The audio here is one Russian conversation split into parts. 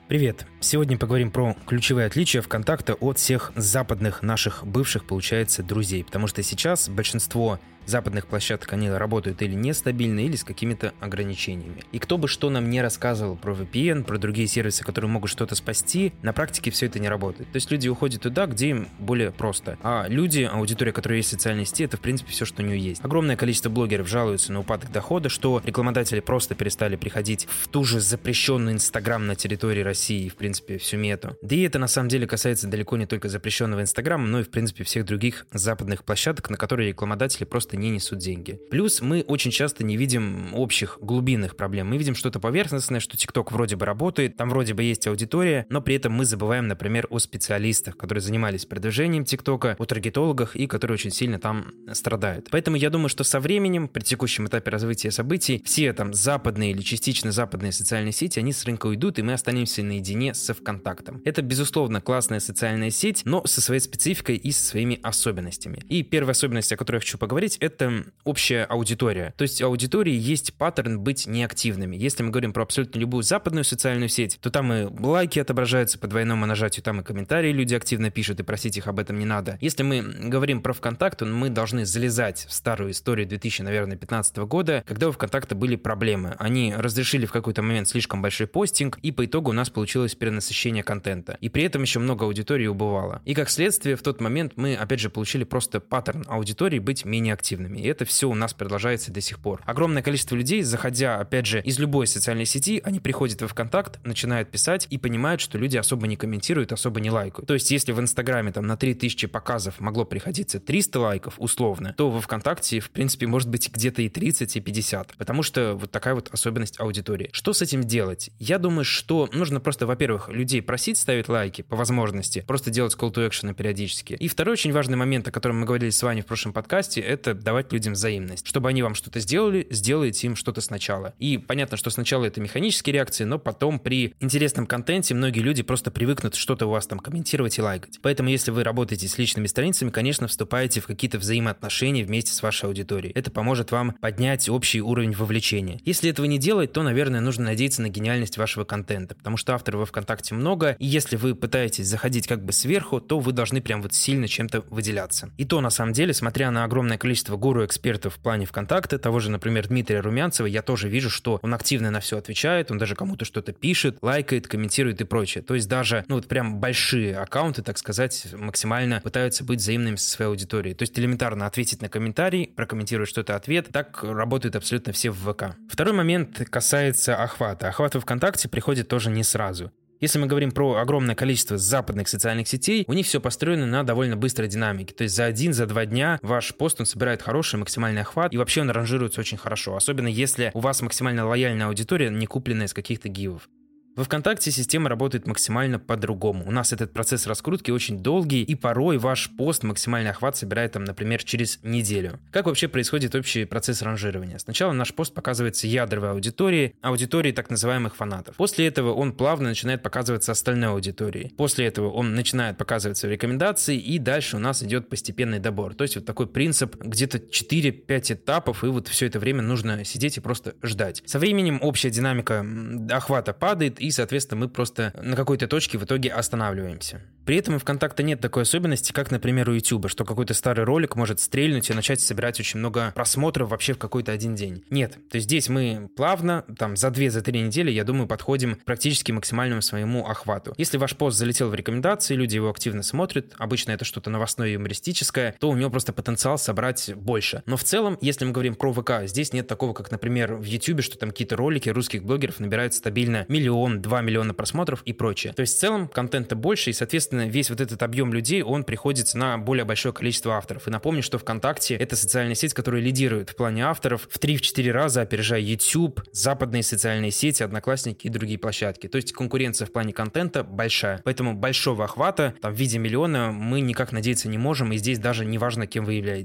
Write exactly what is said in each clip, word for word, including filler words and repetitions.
Привет! Сегодня поговорим про ключевые отличия ВКонтакта от всех западных наших бывших, получается, друзей. Потому что сейчас большинство западных площадок, они работают или нестабильно, или с какими-то ограничениями. И кто бы что нам не рассказывал про ви пи эн, про другие сервисы, которые могут что-то спасти, на практике все это не работает. То есть люди уходят туда, где им более просто. А люди, аудитория, которая есть в социальной сети, это в принципе все, что у нее есть. Огромное количество блогеров жалуются на упадок дохода, что рекламодатели просто перестали приходить в ту же запрещенную Инстаграм на территории России и в принципе всю мету. Да и это на самом деле касается далеко не только запрещенного Инстаграма, но и в принципе всех других западных площадок, на которые рекламодатели просто не несут деньги. Плюс мы очень часто не видим общих глубинных проблем. Мы видим что-то поверхностное, что ТикТок вроде бы работает, там вроде бы есть аудитория, но при этом мы забываем, например, о специалистах, которые занимались продвижением ТикТока, о таргетологах и которые очень сильно там страдают. Поэтому я думаю, что со временем, при текущем этапе развития событий, все там западные или частично западные социальные сети, они с рынка уйдут, и мы останемся наедине со ВКонтактом. Это, безусловно, классная социальная сеть, но со своей спецификой и со своими особенностями. И первая особенность, о которой я хочу поговорить, это общая аудитория. То есть у аудитории есть паттерн быть неактивными. Если мы говорим про абсолютно любую западную социальную сеть, то там и лайки отображаются по двойному нажатию, там и комментарии люди активно пишут, и просить их об этом не надо. Если мы говорим про ВКонтакт, то мы должны залезать в старую историю две тысячи пятнадцатого года, когда у ВКонтакта были проблемы. Они разрешили в какой-то момент слишком большой постинг, и по итогу у нас получилось перенасыщение контента. И при этом еще много аудитории убывало. И как следствие, в тот момент мы, опять же, получили просто паттерн аудитории быть менее активными. И это все у нас продолжается до сих пор. Огромное количество людей, заходя, опять же, из любой социальной сети, они приходят во ВКонтакт, начинают писать и понимают, что люди особо не комментируют, особо не лайкают. То есть, если в Инстаграме там на три тысячи показов могло приходиться триста лайков, условно, то во ВКонтакте, в принципе, может быть где-то и тридцать, и пятьдесят. Потому что вот такая вот особенность аудитории. Что с этим делать? Я думаю, что нужно просто, во-первых, людей просить ставить лайки по возможности, просто делать call to action периодически. И второй очень важный момент, о котором мы говорили с вами в прошлом подкасте, это давать людям взаимность. Чтобы они вам что-то сделали, сделайте им что-то сначала. И понятно, что сначала это механические реакции, но потом при интересном контенте многие люди просто привыкнут что-то у вас там комментировать и лайкать. Поэтому если вы работаете с личными страницами, конечно, вступаете в какие-то взаимоотношения вместе с вашей аудиторией. Это поможет вам поднять общий уровень вовлечения. Если этого не делать, то, наверное, нужно надеяться на гениальность вашего контента, потому что авторов во ВКонтакте много, и если вы пытаетесь заходить как бы сверху, то вы должны прям вот сильно чем-то выделяться. И то, на самом деле, смотря на огромное количество гуру-экспертов в плане ВКонтакта, того же, например, Дмитрия Румянцева, я тоже вижу, что он активно на все отвечает, он даже кому-то что-то пишет, лайкает, комментирует и прочее. То есть даже, ну вот прям большие аккаунты, так сказать, максимально пытаются быть взаимными со своей аудиторией. То есть элементарно ответить на комментарий, прокомментировать что-то ответ. Так работают абсолютно все в ВК. Второй момент касается охвата. Охват в ВКонтакте приходит тоже не сразу. Если мы говорим про огромное количество западных социальных сетей, у них все построено на довольно быстрой динамике. То есть за один, за два дня ваш пост, он собирает хороший максимальный охват, и вообще он ранжируется очень хорошо. Особенно если у вас максимально лояльная аудитория, не купленная из каких-то гивов. Во ВКонтакте система работает максимально по-другому. У нас этот процесс раскрутки очень долгий, и порой ваш пост максимальный охват собирает там, например, через неделю. Как вообще происходит общий процесс ранжирования? Сначала наш пост показывается ядровой аудитории, аудитории так называемых фанатов. После этого он плавно начинает показываться остальной аудитории. После этого он начинает показываться в рекомендации, и дальше у нас идет постепенный добор. То есть вот такой принцип, где-то четыре-пять этапов, и вот все это время нужно сидеть и просто ждать. Со временем общая динамика охвата падает, и, соответственно, мы просто на какой-то точке в итоге останавливаемся. При этом у ВКонтакта нет такой особенности, как, например, у Ютуба, что какой-то старый ролик может стрельнуть и начать собирать очень много просмотров вообще в какой-то один день. Нет. То есть здесь мы плавно, там, за две-три недели, я думаю, подходим к практически максимальному своему охвату. Если ваш пост залетел в рекомендации, люди его активно смотрят, обычно это что-то новостное и юмористическое, то у него просто потенциал собрать больше. Но в целом, если мы говорим про ВК, здесь нет такого, как, например, в Ютубе, что там какие-то ролики русских блогеров набирают стабильно миллион, два миллиона просмотров и прочее. То есть в целом контента больше, и, соответственно, весь вот этот объем людей, он приходится на более большое количество авторов. И напомню, что ВКонтакте — это социальная сеть, которая лидирует в плане авторов в три-четыре раза, опережая YouTube, западные социальные сети, Одноклассники и другие площадки. То есть конкуренция в плане контента большая. Поэтому большого охвата там, в виде миллиона мы никак надеяться не можем, и здесь даже не важно, кем вы являетесь.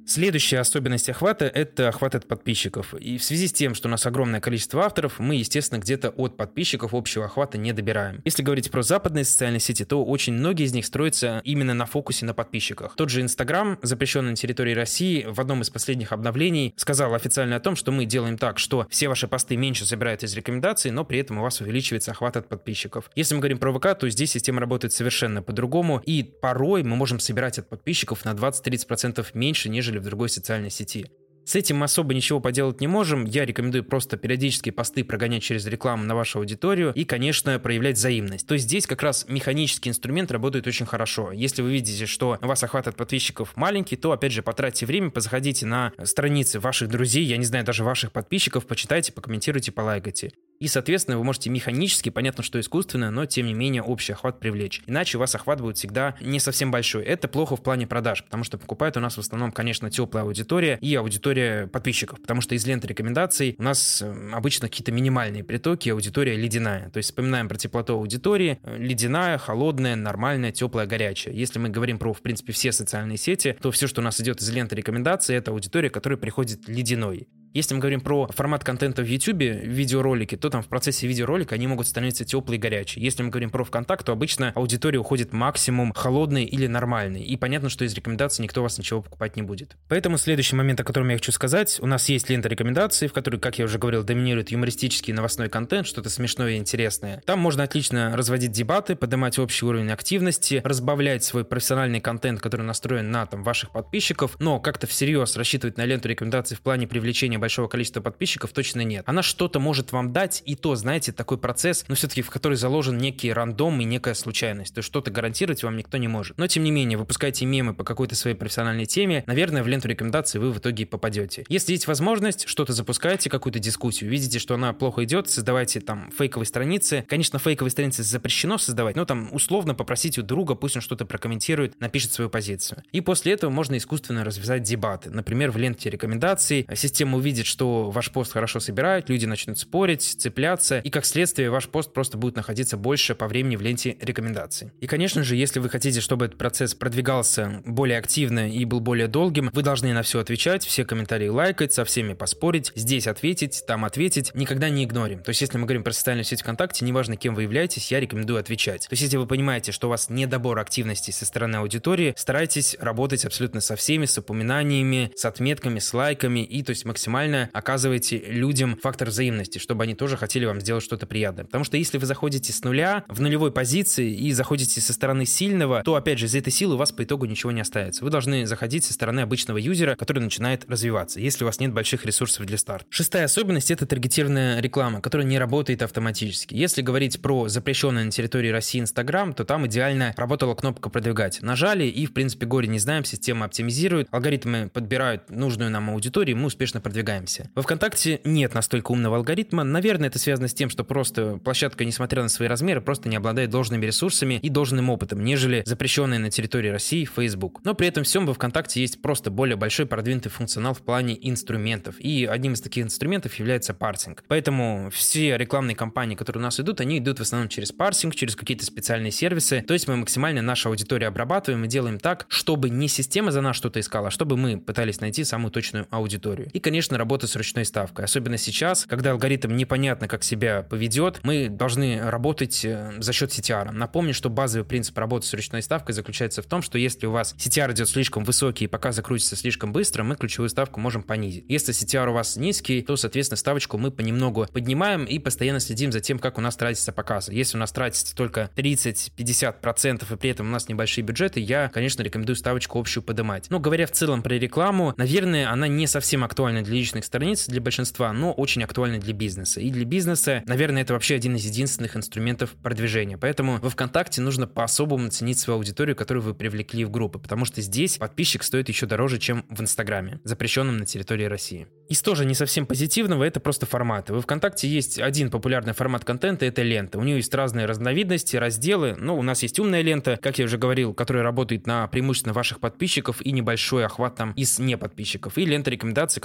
Следующая особенность охвата — это охват от подписчиков. И в связи с тем, что у нас огромное количество авторов, мы, естественно, где-то от подписчиков общего охвата не добираем. Если говорить про западные социальные сети, то очень многие из них строятся именно на фокусе на подписчиках. Тот же Инстаграм, запрещенный на территории России, в одном из последних обновлений сказал официально о том, что мы делаем так, что все ваши посты меньше собирают из рекомендаций, но при этом у вас увеличивается охват от подписчиков. Если мы говорим про ВК, то здесь система работает совершенно по-другому, и порой мы можем собирать от подписчиков на двадцать-тридцать процентов меньше, нежели в другой социальной сети. С этим мы особо ничего поделать не можем. Я рекомендую просто периодически посты прогонять через рекламу на вашу аудиторию и, конечно, проявлять взаимность. То есть здесь как раз механический инструмент работает очень хорошо. Если вы видите, что у вас охват от подписчиков маленький, то, опять же, потратьте время, позаходите на страницы ваших друзей, я не знаю, даже ваших подписчиков, почитайте, покомментируйте, полайкайте. И, соответственно, вы можете механически, понятно, что искусственно, но, тем не менее, общий охват привлечь. Иначе у вас охват будет всегда не совсем большой. Это плохо в плане продаж, потому что покупает у нас в основном, конечно, теплая аудитория и аудитория подписчиков, потому что из ленты рекомендаций у нас обычно какие-то минимальные притоки, аудитория ледяная. То есть вспоминаем про теплоту аудитории: ледяная, холодная, нормальная, теплая, горячая. Если мы говорим про, в принципе, все социальные сети, то все, что у нас идет из ленты рекомендаций, это аудитория, которая приходит ледяной. Если мы говорим про формат контента в YouTube, видеоролики, то там в процессе видеоролика они могут становиться теплые и горячие. Если мы говорим про ВКонтакт, то обычно аудитория уходит максимум холодной или нормальной. И понятно, что из рекомендаций никто у вас ничего покупать не будет. Поэтому следующий момент, о котором я хочу сказать: у нас есть лента рекомендаций, в которой, как я уже говорил, доминирует юмористический новостной контент, что-то смешное и интересное. Там можно отлично разводить дебаты, поднимать общий уровень активности, разбавлять свой профессиональный контент, который настроен на там ваших подписчиков, но как-то всерьез рассчитывать на ленту рекомендаций в плане привлечения большого количества подписчиков точно нет. Она что-то может вам дать, и то, знаете, такой процесс, но все-таки в который заложен некий рандом и некая случайность. То есть что-то гарантировать вам никто не может. Но тем не менее, выпускайте мемы по какой-то своей профессиональной теме, наверное, в ленту рекомендаций вы в итоге попадете. Если есть возможность, что-то запускаете, какую-то дискуссию, видите, что она плохо идет, создавайте там фейковые страницы. Конечно, фейковые страницы запрещено создавать, но там условно попросите у друга, пусть он что-то прокомментирует, напишет свою позицию. И после этого можно искусственно развязать дебаты. Например, в ленте рекомендаций система увидит, что ваш пост хорошо собирает, люди начнут спорить, цепляться, и как следствие ваш пост просто будет находиться больше по времени в ленте рекомендаций. И, конечно же, если вы хотите, чтобы этот процесс продвигался более активно и был более долгим, вы должны на все отвечать, все комментарии лайкать, со всеми поспорить, здесь ответить, там ответить, никогда не игнорим. То есть, если мы говорим про социальную сеть ВКонтакте, неважно, кем вы являетесь, я рекомендую отвечать. То есть, если вы понимаете, что у вас недобор активности со стороны аудитории, старайтесь работать абсолютно со всеми, с упоминаниями, с отметками, с лайками, и то есть максимально оказываете людям фактор взаимности, чтобы они тоже хотели вам сделать что-то приятное. Потому что если вы заходите с нуля, в нулевой позиции и заходите со стороны сильного, то, опять же, из этой силы у вас по итогу ничего не остается. Вы должны заходить со стороны обычного юзера, который начинает развиваться, если у вас нет больших ресурсов для старта. Шестая особенность — это таргетированная реклама, которая не работает автоматически. Если говорить про запрещенный на территории России Инстаграм, то там идеально работала кнопка «Продвигать». Нажали, и, в принципе, горе не знаем, система оптимизирует, алгоритмы подбирают нужную нам аудиторию, мы успешно продвигаемся. Во ВКонтакте нет настолько умного алгоритма. Наверное, это связано с тем, что просто площадка, несмотря на свои размеры, просто не обладает должными ресурсами и должным опытом, нежели запрещенные на территории России Facebook. Но при этом всем во ВКонтакте есть просто более большой продвинутый функционал в плане инструментов. И одним из таких инструментов является парсинг. Поэтому все рекламные кампании, которые у нас идут, они идут в основном через парсинг, через какие-то специальные сервисы. То есть мы максимально нашу аудиторию обрабатываем и делаем так, чтобы не система за нас что-то искала, а чтобы мы пытались найти самую точную аудиторию. И, конечно, работа с ручной ставкой. Особенно сейчас, когда алгоритм непонятно как себя поведет, мы должны работать за счет си ти ар. Напомню, что базовый принцип работы с ручной ставкой заключается в том, что если у вас си ти ар идет слишком высокий и показы крутятся слишком быстро, мы ключевую ставку можем понизить. Если си ти ар у вас низкий, то, соответственно, ставочку мы понемногу поднимаем и постоянно следим за тем, как у нас тратятся показы. Если у нас тратится только тридцать-пятьдесят процентов и при этом у нас небольшие бюджеты, я, конечно, рекомендую ставочку общую поднимать. Но говоря в целом про рекламу, наверное, она не совсем актуальна для личных страниц для большинства, но очень актуальна для бизнеса. И для бизнеса, наверное, это вообще один из единственных инструментов продвижения. Поэтому во ВКонтакте нужно по-особому ценить свою аудиторию, которую вы привлекли в группы, потому что здесь подписчик стоит еще дороже, чем в Инстаграме, запрещенном на территории России. Из тоже не совсем позитивного — это просто форматы. Во ВКонтакте есть один популярный формат контента — это лента. У нее есть разные разновидности, разделы. Ну, у нас есть умная лента, как я уже говорил, которая работает на преимущественно ваших подписчиков и небольшой охват там из неподписчиков. И лента рекомендаций, которая работает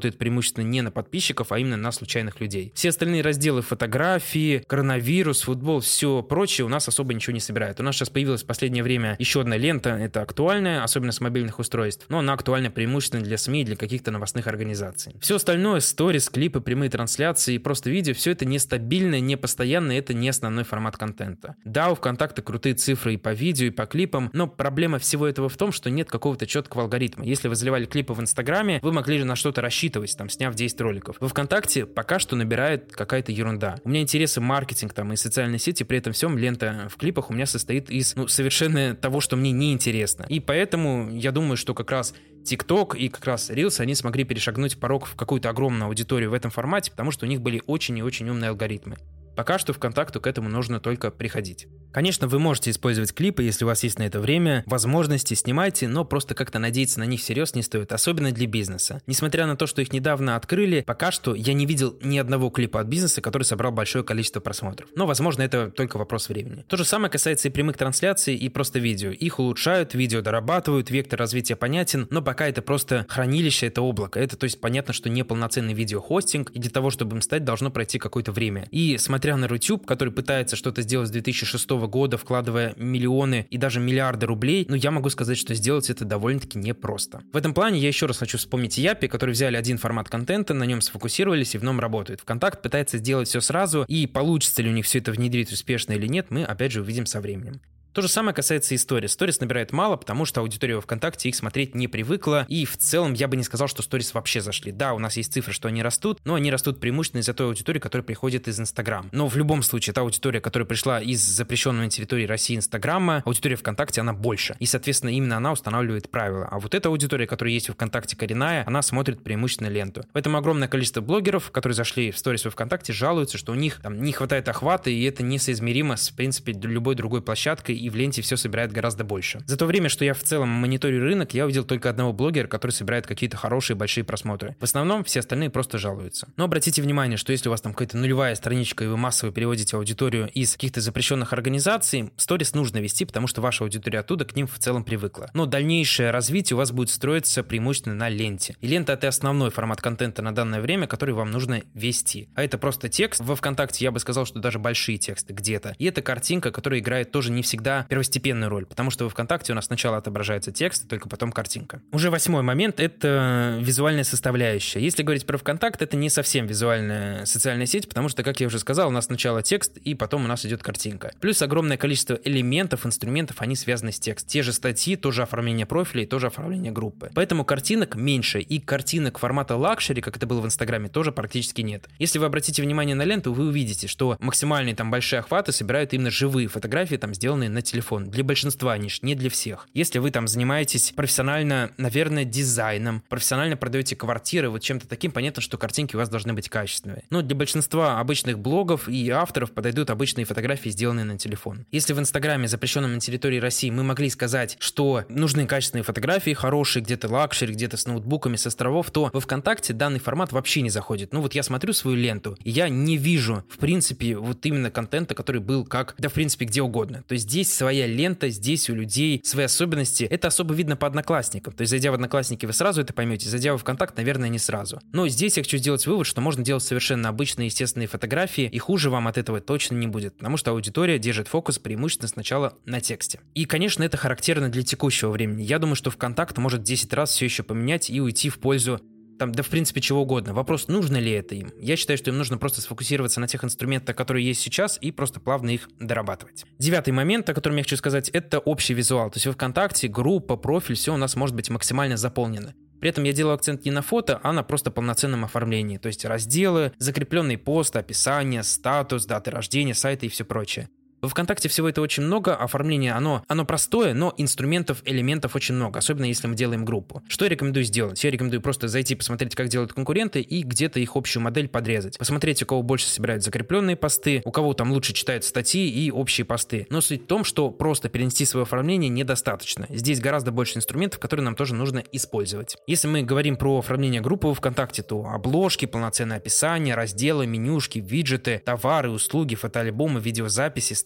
работает преимущественно не на подписчиков, а именно на случайных людей. Все остальные разделы — фотографии, коронавирус, футбол, все прочее — у нас особо ничего не собирает. У нас сейчас появилась в последнее время еще одна лента, это актуальная, особенно с мобильных устройств, но она актуальна преимущественно для СМИ и для каких-то новостных организаций. Все остальное — сторис, клипы, прямые трансляции и просто видео — все это нестабильно, не постоянно, это не основной формат контента. Да, у ВКонтакте крутые цифры и по видео, и по клипам, но проблема всего этого в том, что нет какого-то четкого алгоритма. Если вы заливали клипы в Инстаграме, вы могли на что-то рассчитывать, там, сняв десять роликов. Во ВКонтакте пока что набирает какая-то ерунда. У меня интересы маркетинг там и социальные сети, при этом всем лента в клипах у меня состоит из, ну, совершенно того, что мне не интересно. И поэтому я думаю, что как раз TikTok и как раз Reels, они смогли перешагнуть порог в какую-то огромную аудиторию в этом формате, потому что у них были очень и очень умные алгоритмы. Пока что ВКонтакту к этому нужно только приходить. Конечно, вы можете использовать клипы, если у вас есть на это время, возможности, снимайте, но просто как-то надеяться на них всерьез не стоит, особенно для бизнеса. Несмотря на то, что их недавно открыли, пока что я не видел ни одного клипа от бизнеса, который собрал большое количество просмотров. Но, возможно, это только вопрос времени. То же самое касается и прямых трансляций, и просто видео. Их улучшают, видео дорабатывают, вектор развития понятен, но пока это просто хранилище, это облако. Это, то есть, понятно, что не полноценный видеохостинг, и для того, чтобы им стать, должно пройти какое-то время. И смотря на Рутюб, который пытается что-то сделать с две тысячи шестого года, вкладывая миллионы и даже миллиарды рублей, но я могу сказать, что сделать это довольно-таки непросто. В этом плане я еще раз хочу вспомнить Япи, которые взяли один формат контента, на нем сфокусировались и в нем работают. ВКонтакт пытается сделать все сразу, и получится ли у них все это внедрить успешно или нет, мы опять же увидим со временем. То же самое касается и сторис. Сторис набирает мало, потому что аудитория во ВКонтакте их смотреть не привыкла, и в целом я бы не сказал, что сторис вообще зашли. Да, у нас есть цифры, что они растут, но они растут преимущественно из-за той аудитории, которая приходит из Инстаграм. Но в любом случае, та аудитория, которая пришла из запрещенного на территории России Инстаграма, аудитория ВКонтакте, она больше. И, соответственно, именно она устанавливает правила. А вот эта аудитория, которая есть в ВКонтакте коренная, она смотрит преимущественно ленту. Поэтому огромное количество блогеров, которые зашли в сторис во ВКонтакте, жалуются, что у них там не хватает охвата, и это несоизмеримо с, в принципе, любой другой площадкой, и в ленте все собирает гораздо больше. За то время, что я в целом мониторю рынок, я увидел только одного блогера, который собирает какие-то хорошие большие просмотры. В основном все остальные просто жалуются. Но обратите внимание, что если у вас там какая-то нулевая страничка, и вы массово переводите аудиторию из каких-то запрещенных организаций, сторис нужно вести, потому что ваша аудитория оттуда к ним в целом привыкла. Но дальнейшее развитие у вас будет строиться преимущественно на ленте. И лента — это основной формат контента на данное время, который вам нужно вести. А это просто текст. Во ВКонтакте я бы сказал, что даже большие тексты где-то. И это картинка, которая играет тоже не всегда первостепенную роль, потому что во ВКонтакте у нас сначала отображается текст, и только потом картинка. Уже восьмой момент — это визуальная составляющая. Если говорить про ВКонтакт, это не совсем визуальная социальная сеть, потому что, как я уже сказал, у нас сначала текст, и потом у нас идет картинка. Плюс огромное количество элементов, инструментов, они связаны с текстом. Те же статьи, тоже оформление профилей, тоже оформление группы. Поэтому картинок меньше, и картинок формата лакшери, как это было в Инстаграме, тоже практически нет. Если вы обратите внимание на ленту, вы увидите, что максимальные там большие охваты собирают именно живые фотографии, там сделанные на телефон. Для большинства ниш, не для всех. Если вы там занимаетесь профессионально, наверное, дизайном, профессионально продаете квартиры, вот чем-то таким, понятно, что картинки у вас должны быть качественные. Но для большинства обычных блогов и авторов подойдут обычные фотографии, сделанные на телефон. Если в Инстаграме, запрещенном на территории России, мы могли сказать, что нужны качественные фотографии, хорошие, где-то лакшери, где-то с ноутбуками, с островов, то во ВКонтакте данный формат вообще не заходит. Ну вот я смотрю свою ленту, и я не вижу, в принципе, вот именно контента, который был как, да, в принципе, где угодно. То есть здесь своя лента, здесь у людей свои особенности. Это особо видно по Одноклассникам. То есть, зайдя в Одноклассники, вы сразу это поймете. Зайдя в ВКонтакт, наверное, не сразу. Но здесь я хочу сделать вывод, что можно делать совершенно обычные, естественные фотографии, и хуже вам от этого точно не будет, потому что аудитория держит фокус преимущественно сначала на тексте. И, конечно, это характерно для текущего времени. Я думаю, что ВКонтакт может десять раз все еще поменять и уйти в пользу там, да, в принципе, чего угодно. Вопрос, нужно ли это им? Я считаю, что им нужно просто сфокусироваться на тех инструментах, которые есть сейчас, и просто плавно их дорабатывать. Девятый момент, о котором я хочу сказать, это общий визуал. То есть во ВКонтакте группа, профиль, все у нас может быть максимально заполнено. При этом я делаю акцент не на фото, а на просто полноценном оформлении. То есть разделы, закрепленный пост, описание, статус, даты рождения, сайты и все прочее. Во ВКонтакте всего это очень много, оформление, оно, оно простое, но инструментов, элементов очень много, особенно если мы делаем группу. Что я рекомендую сделать? Я рекомендую просто зайти посмотреть, как делают конкуренты, и где-то их общую модель подрезать. Посмотреть, у кого больше собирают закрепленные посты, у кого там лучше читают статьи и общие посты. Но суть в том, что просто перенести свое оформление недостаточно. Здесь гораздо больше инструментов, которые нам тоже нужно использовать. Если мы говорим про оформление группы во ВКонтакте, то обложки, полноценное описание, разделы, менюшки, виджеты, товары, услуги, фотоальбомы, видеозаписи,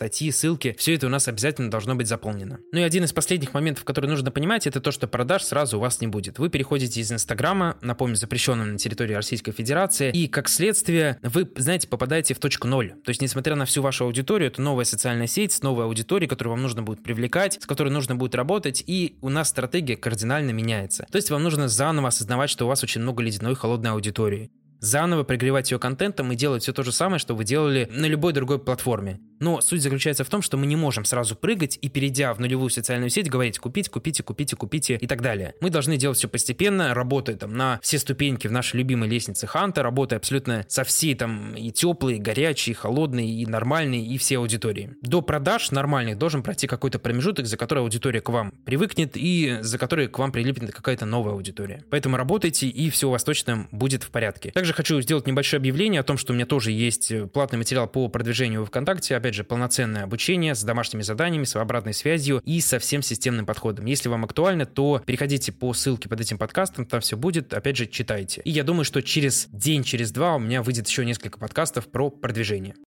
статьи, ссылки, все это у нас обязательно должно быть заполнено. Ну и один из последних моментов, который нужно понимать, это то, что продаж сразу у вас не будет. Вы переходите из Инстаграма, напомню, запрещенного на территории Российской Федерации, и как следствие вы, знаете, попадаете в точку ноль. То есть, несмотря на всю вашу аудиторию, это новая социальная сеть с новой аудиторией, которую вам нужно будет привлекать, с которой нужно будет работать, и у нас стратегия кардинально меняется. То есть вам нужно заново осознавать, что у вас очень много ледяной холодной аудитории. Заново прогревать ее контентом и делать все то же самое, что вы делали на любой другой платформе. Но суть заключается в том, что мы не можем сразу прыгать и, перейдя в нулевую социальную сеть, говорить «купить, купите, купите, купите» и так далее. Мы должны делать все постепенно, работая там на все ступеньки в нашей любимой лестнице Ханта, работая абсолютно со всей там и теплой, и горячей, и холодной, и нормальной, и всей аудитории. До продаж нормальных должен пройти какой-то промежуток, за который аудитория к вам привыкнет и за который к вам прилипнет какая-то новая аудитория. Поэтому работайте, и все у вас точно будет в порядке. Также хочу сделать небольшое объявление о том, что у меня тоже есть платный материал по продвижению в ВКонтакте. Опять же, полноценное обучение с домашними заданиями, с обратной связью и со всем системным подходом. Если вам актуально, то переходите по ссылке под этим подкастом, там все будет. Опять же, читайте. И я думаю, что через день, через два у меня выйдет еще несколько подкастов про продвижение.